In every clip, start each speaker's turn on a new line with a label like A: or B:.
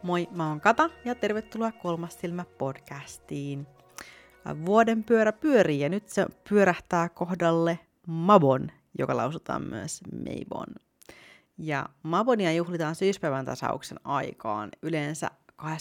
A: Moi, mä oon Kata ja tervetuloa Kolmas silmä podcastiin. Vuoden pyörä pyörii ja nyt se pyörähtää kohdalle Mabon, joka lausutaan myös Meibon. Ja Mabonia juhlitaan syyspäivän tasauksen aikaan yleensä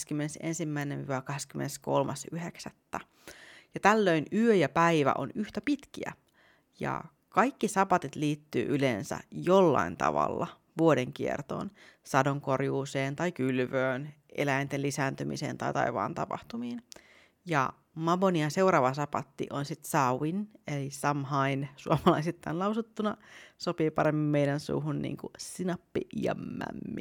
A: 21.–23.9. Ja tällöin yö ja päivä on yhtä pitkiä. Ja kaikki sapatit liittyy yleensä jollain tavalla vuoden kiertoon, sadonkorjuuseen tai kylvöön, eläinten lisääntymiseen tai taivaan tapahtumiin. Ja Mabonian seuraava sapatti on sitten Samhain, eli Samhain suomalaisittain lausuttuna. Sopii paremmin meidän suuhun niin kuin sinappi ja mämmi.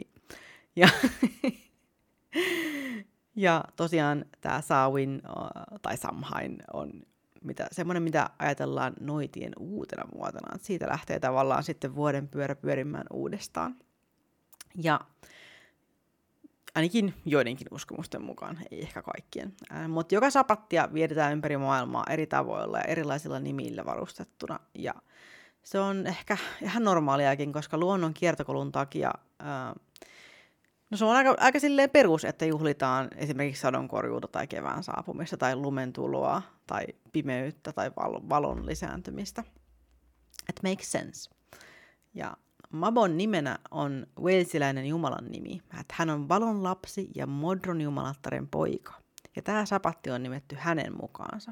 A: Ja tosiaan tämä Samhain tai Samhain on semmoinen, mitä ajatellaan noitien uutena vuotena. Siitä lähtee tavallaan sitten vuoden pyörä pyörimään uudestaan. Ja ainakin joidenkin uskomusten mukaan, ei ehkä kaikkien. Mutta joka sapattia vietetään ympäri maailmaa eri tavoilla ja erilaisilla nimillä varustettuna. Ja se on ehkä ihan normaaliakin, koska luonnon kiertokulun takia se on aika silleen perus, että juhlitaan esimerkiksi sadonkorjuuta tai kevään saapumista tai lumen tuloa tai pimeyttä tai valon lisääntymistä. It makes sense. Ja Mabon nimenä on walesiläinen jumalan nimi. Hän on valon lapsi ja Modron jumalattaren poika. Ja tämä sapatti on nimetty hänen mukaansa.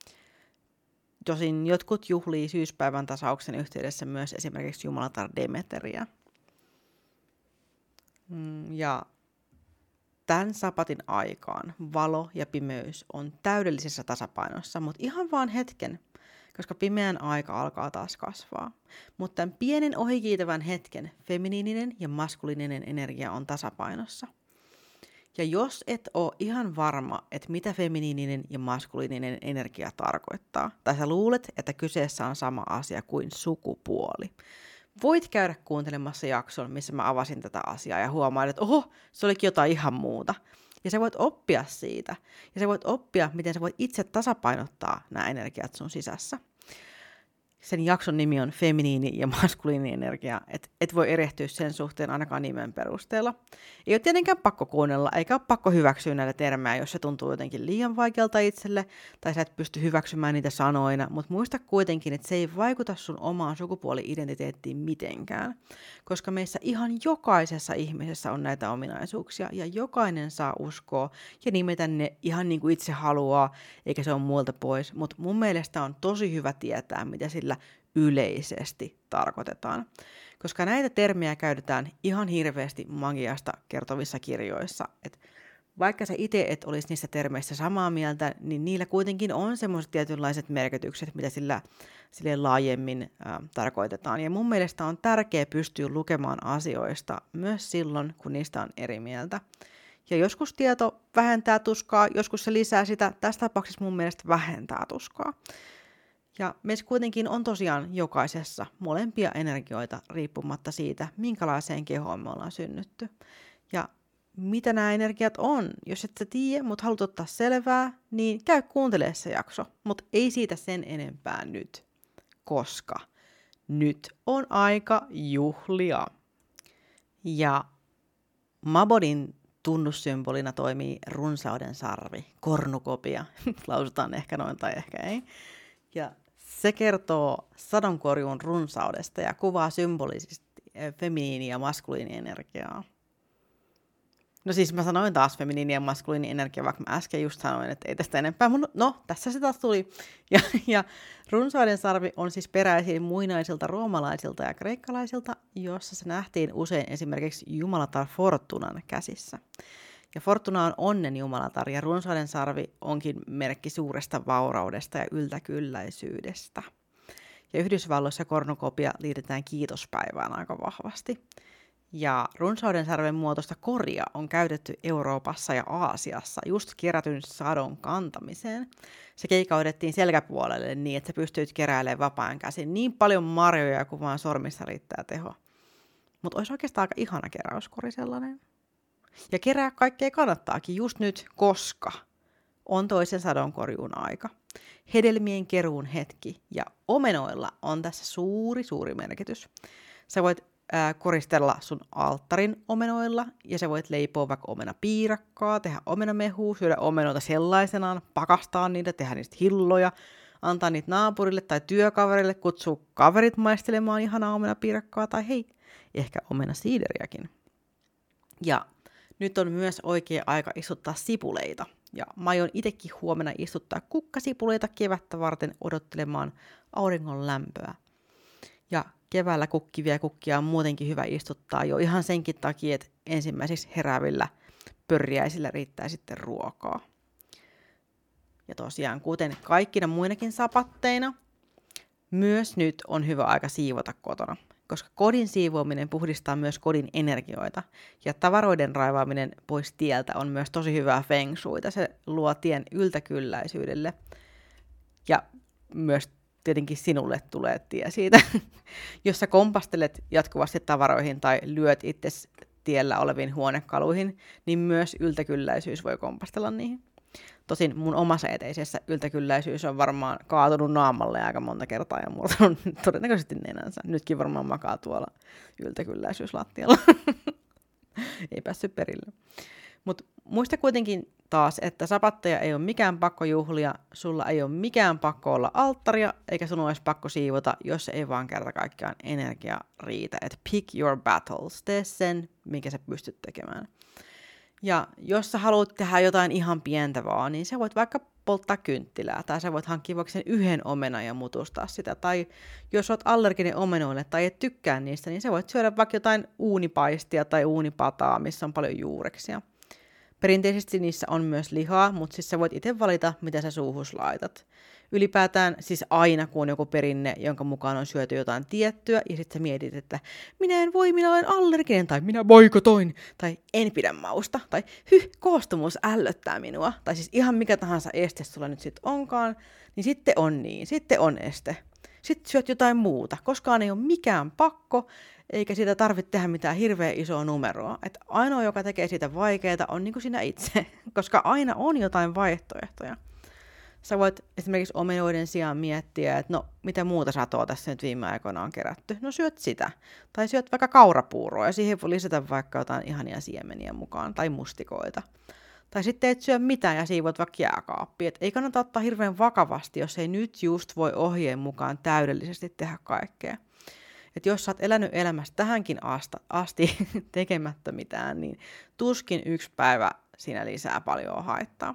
A: Tosin jotkut juhlii syyspäivän tasauksen yhteydessä myös esimerkiksi jumalatar Demeteriä. Ja tämän sapatin aikaan valo ja pimeys on täydellisessä tasapainossa, mutta ihan vaan hetken, koska pimeän aika alkaa taas kasvaa. Mutta tämän pienen ohikiitävän hetken feminiininen ja maskuliininen energia on tasapainossa. Ja jos et ole ihan varma, että mitä feminiininen ja maskuliininen energia tarkoittaa, tai sä luulet, että kyseessä on sama asia kuin sukupuoli, voit käydä kuuntelemassa jakson, missä mä avasin tätä asiaa ja huomaat, että oho, se olikin jotain ihan muuta. Ja sä voit oppia siitä. Ja sä voit oppia, miten sä voit itse tasapainottaa nämä energiat sun sisässä. Sen jakson nimi on feminiini ja maskuliini energia, et voi erehtyä sen suhteen ainakaan nimen perusteella. Ei ole tietenkään pakko kuunnella, eikä ole pakko hyväksyä näitä termejä, jos se tuntuu jotenkin liian vaikealta itselle, tai sä et pysty hyväksymään niitä sanoina, mutta muista kuitenkin, että se ei vaikuta sun omaan sukupuoli-identiteettiin mitenkään, koska meissä ihan jokaisessa ihmisessä on näitä ominaisuuksia, ja jokainen saa uskoa ja nimetä ne ihan niin kuin itse haluaa, eikä se ole muilta pois, mutta mun mielestä on tosi hyvä tietää, mitä sillä yleisesti tarkoitetaan. Koska näitä termejä käytetään ihan hirveästi magiasta kertovissa kirjoissa. Et vaikka sä itse et olisi niistä termeistä samaa mieltä, niin niillä kuitenkin on semmoiset tietynlaiset merkitykset, mitä sillä laajemmin tarkoitetaan. Ja mun mielestä on tärkeää pystyä lukemaan asioista myös silloin, kun niistä on eri mieltä. Ja joskus tieto vähentää tuskaa, joskus se lisää sitä. Tässä tapauksessa mun mielestä vähentää tuskaa. Ja meissä kuitenkin on tosiaan jokaisessa molempia energioita riippumatta siitä, minkälaiseen kehoon me ollaan synnytty. Ja mitä nämä energiat on? Jos et sä tiedä, mutta haluat ottaa selvää, niin käy kuuntelemaan se jakso. Mutta ei siitä sen enempää nyt, koska nyt on aika juhlia. Ja Mabonin tunnussymbolina toimii runsauden sarvi, kornukopia. Lausutaan ehkä noin tai ehkä ei. Ja se kertoo sadonkorjuun runsaudesta ja kuvaa symbolisesti feminiini- ja maskuliinienergiaa. No siis mä sanoin taas feminiini- ja maskuliinienergia, vaikka mä äsken just sanoin, että ei tästä enempää. No, tässä se taas tuli. Ja runsauden sarvi on siis peräisin muinaisilta roomalaisilta ja kreikkalaisilta, jossa se nähtiin usein esimerkiksi jumalatar Fortunan käsissä. Ja Fortuna on onnen jumalatar ja runsauden sarvi onkin merkki suuresta vauraudesta ja yltäkylläisyydestä. Ja Yhdysvalloissa kornukopia liitetään kiitospäivään aika vahvasti. Ja runsauden sarven muotoista koria on käytetty Euroopassa ja Aasiassa just kerätyn sadon kantamiseen. Se keikautettiin selkäpuolelle niin, että sä pystyit keräilemään vapaan käsin niin paljon marjoja kuin vaan sormissa riittää teho. Mutta olisi oikeastaan aika ihana keräyskori sellainen. Ja kerää kaikkea kannattaakin just nyt, koska on toisen sadonkorjuun aika. Hedelmien keruun hetki ja omenoilla on tässä suuri merkitys. Sä voit koristella sun alttarin omenoilla, ja sä voit leipoa vaikka omenapiirakkaa, tehdä omenamehua, syödä omenoita sellaisenaan, pakastaa niitä, tehdä niistä hilloja, antaa niitä naapurille tai työkaverille, kutsua kaverit maistelemaan ihanaa omenapiirakkaa, tai hei, ehkä omenasiideriäkin. Ja nyt on myös oikea aika istuttaa sipuleita. Ja mä aion itsekin huomenna istuttaa kukkasipuleita kevättä varten odottelemaan auringon lämpöä. Ja keväällä kukkivia kukkia on muutenkin hyvä istuttaa jo ihan senkin takia, että ensimmäiseksi heräävillä pörjäisillä riittää sitten ruokaa. Ja tosiaan, kuten kaikkina muinakin sapatteina, myös nyt on hyvä aika siivota kotona, koska kodin siivoaminen puhdistaa myös kodin energioita, ja tavaroiden raivaaminen pois tieltä on myös tosi hyvää feng shuita. Se luo tien yltäkylläisyydelle, ja myös tietenkin sinulle tulee tie siitä. Jos sä kompastelet jatkuvasti tavaroihin tai lyöt itse tiellä oleviin huonekaluihin, niin myös yltäkylläisyys voi kompastella niihin. Tosin mun omassa eteisessä yltäkylläisyys on varmaan kaatunut naamalle aika monta kertaa ja murtanut todennäköisesti nenänsä. Nytkin varmaan makaa tuolla yltäkylläisyyslattialla. Ei päässyt perille. Mutta muista kuitenkin taas, että sapatteja ei ole mikään pakko juhlia, sulla ei ole mikään pakko olla alttaria, eikä sun olisi pakko siivota, jos ei vaan kerta kaikkiaan energia riitä. Et pick your battles, tee sen, minkä sä pystyt tekemään. Ja jos sä haluat tehdä jotain ihan pientä vaan, niin sä voit vaikka polttaa kynttilää, tai sä voit hankkia vaikka sen yhden omenan ja mutustaa sitä. Tai jos oot allerginen omenoille tai et tykkää niistä, niin sä voit syödä vaikka jotain uunipaistia tai uunipataa, missä on paljon juureksia. Perinteisesti niissä on myös lihaa, mutta siis sä voit itse valita, mitä sä suuhus laitat. Ylipäätään siis aina, kun on joku perinne, jonka mukaan on syöty jotain tiettyä, ja sitten sä mietit, että minä en voi, minä olen allerginen, tai minä boikotoin, tai en pidä mausta, tai koostumus ällöttää minua, tai siis ihan mikä tahansa este sulla nyt sitten onkaan, niin sitten on este. Sitten syöt jotain muuta, koskaan ei ole mikään pakko, eikä siitä tarvitse tehdä mitään hirveän isoa numeroa. Et ainoa, joka tekee siitä vaikeaa, on niin kuin sinä itse, koska aina on jotain vaihtoehtoja. Sä voit esimerkiksi omenoiden sijaan miettiä, että no, mitä muuta satoa tässä nyt viime aikoina on kerätty. No syöt sitä. Tai syöt vaikka kaurapuuroa ja siihen voi lisätä vaikka jotain ihania siemeniä mukaan tai mustikoita. Tai sitten et syö mitään ja siivot vaikka jääkaappia. Et ei kannata ottaa hirveän vakavasti, jos ei nyt just voi ohjeen mukaan täydellisesti tehdä kaikkea. Et jos sä oot elänyt elämässä tähänkin asti tekemättä mitään, niin tuskin yksi päivä siinä lisää paljon haittaa.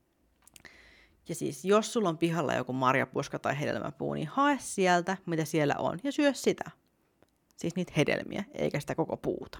A: Ja siis jos sulla on pihalla joku marjapuska tai hedelmäpuu, niin hae sieltä, mitä siellä on, ja syö sitä. Siis niitä hedelmiä, eikä sitä koko puuta.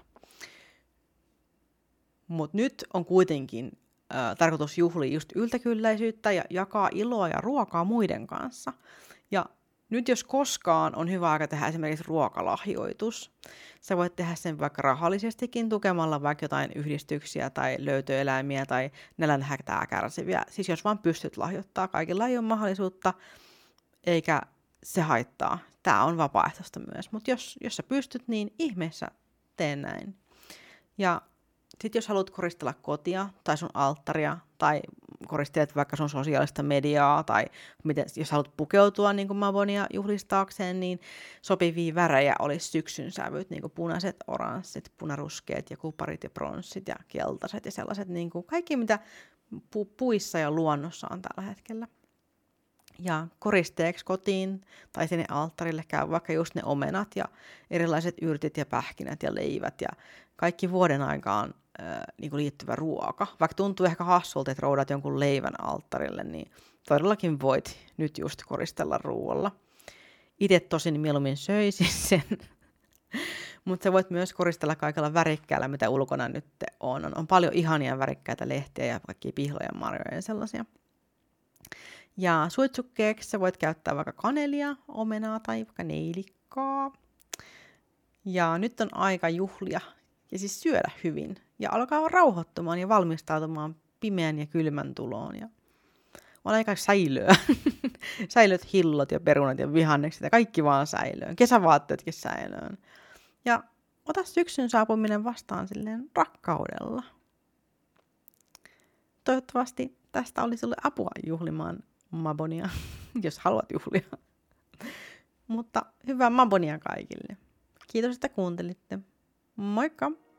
A: Mutta nyt on kuitenkin tarkoitus juhlia just yltäkylläisyyttä ja jakaa iloa ja ruokaa muiden kanssa. Ja nyt jos koskaan on hyvä aika tehdä esimerkiksi ruokalahjoitus. Sä voit tehdä sen vaikka rahallisestikin tukemalla vaikka jotain yhdistyksiä tai löytöeläimiä tai nälänhätää kärsiviä. Siis jos vaan pystyt lahjoittaa, kaikilla ei ole mahdollisuutta, eikä se haittaa. Tää on vapaaehtoista myös, mutta jos sä pystyt, niin ihmeessä tee näin. Ja sitten jos haluat koristella kotia tai sun alttaria tai koristelet vaikka sun sosiaalista mediaa tai jos haluat pukeutua niin kuin Mabonia juhlistaakseen, niin sopivia värejä olisi syksyn sävyt, niin kuin punaiset, oranssit, punaruskeet ja kuparit ja pronssit ja keltaiset ja sellaiset, niin kuin kaikki mitä puissa ja luonnossa on tällä hetkellä. Ja koristeeksi kotiin tai sinne alttarille käy vaikka just ne omenat ja erilaiset yrtit ja pähkinät ja leivät ja kaikki vuoden aikaan niin liittyvä ruoka. Vaikka tuntuu ehkä hassulta, että roudat jonkun leivän alttarille, niin todellakin voit nyt just koristella ruoalla. Itse tosin mieluummin söisin sen, mutta sä voit myös koristella kaikella värikkäällä, mitä ulkona nyt on. On paljon ihania värikkäitä lehtiä ja kaikkia pihloja, marjoja ja sellaisia. Ja suitsukkeeksi sä voit käyttää vaikka kanelia, omenaa tai vaikka neilikkaa. Ja nyt on aika juhlia ja siis syödä hyvin. Ja alkaa rauhoittumaan ja valmistautumaan pimeän ja kylmän tuloon. Ja on aika säilöä. Säilöt, hillot ja perunat ja vihannekset ja kaikki vaan säilöön. Kesävaatteetkin säilöön. Ja ota syksyn saapuminen vastaan silleen rakkaudella. Toivottavasti tästä oli sulle apua juhlimaan Mabonia, jos haluat juhlia. Mutta hyvää Mabonia kaikille. Kiitos, että kuuntelitte. Moikka!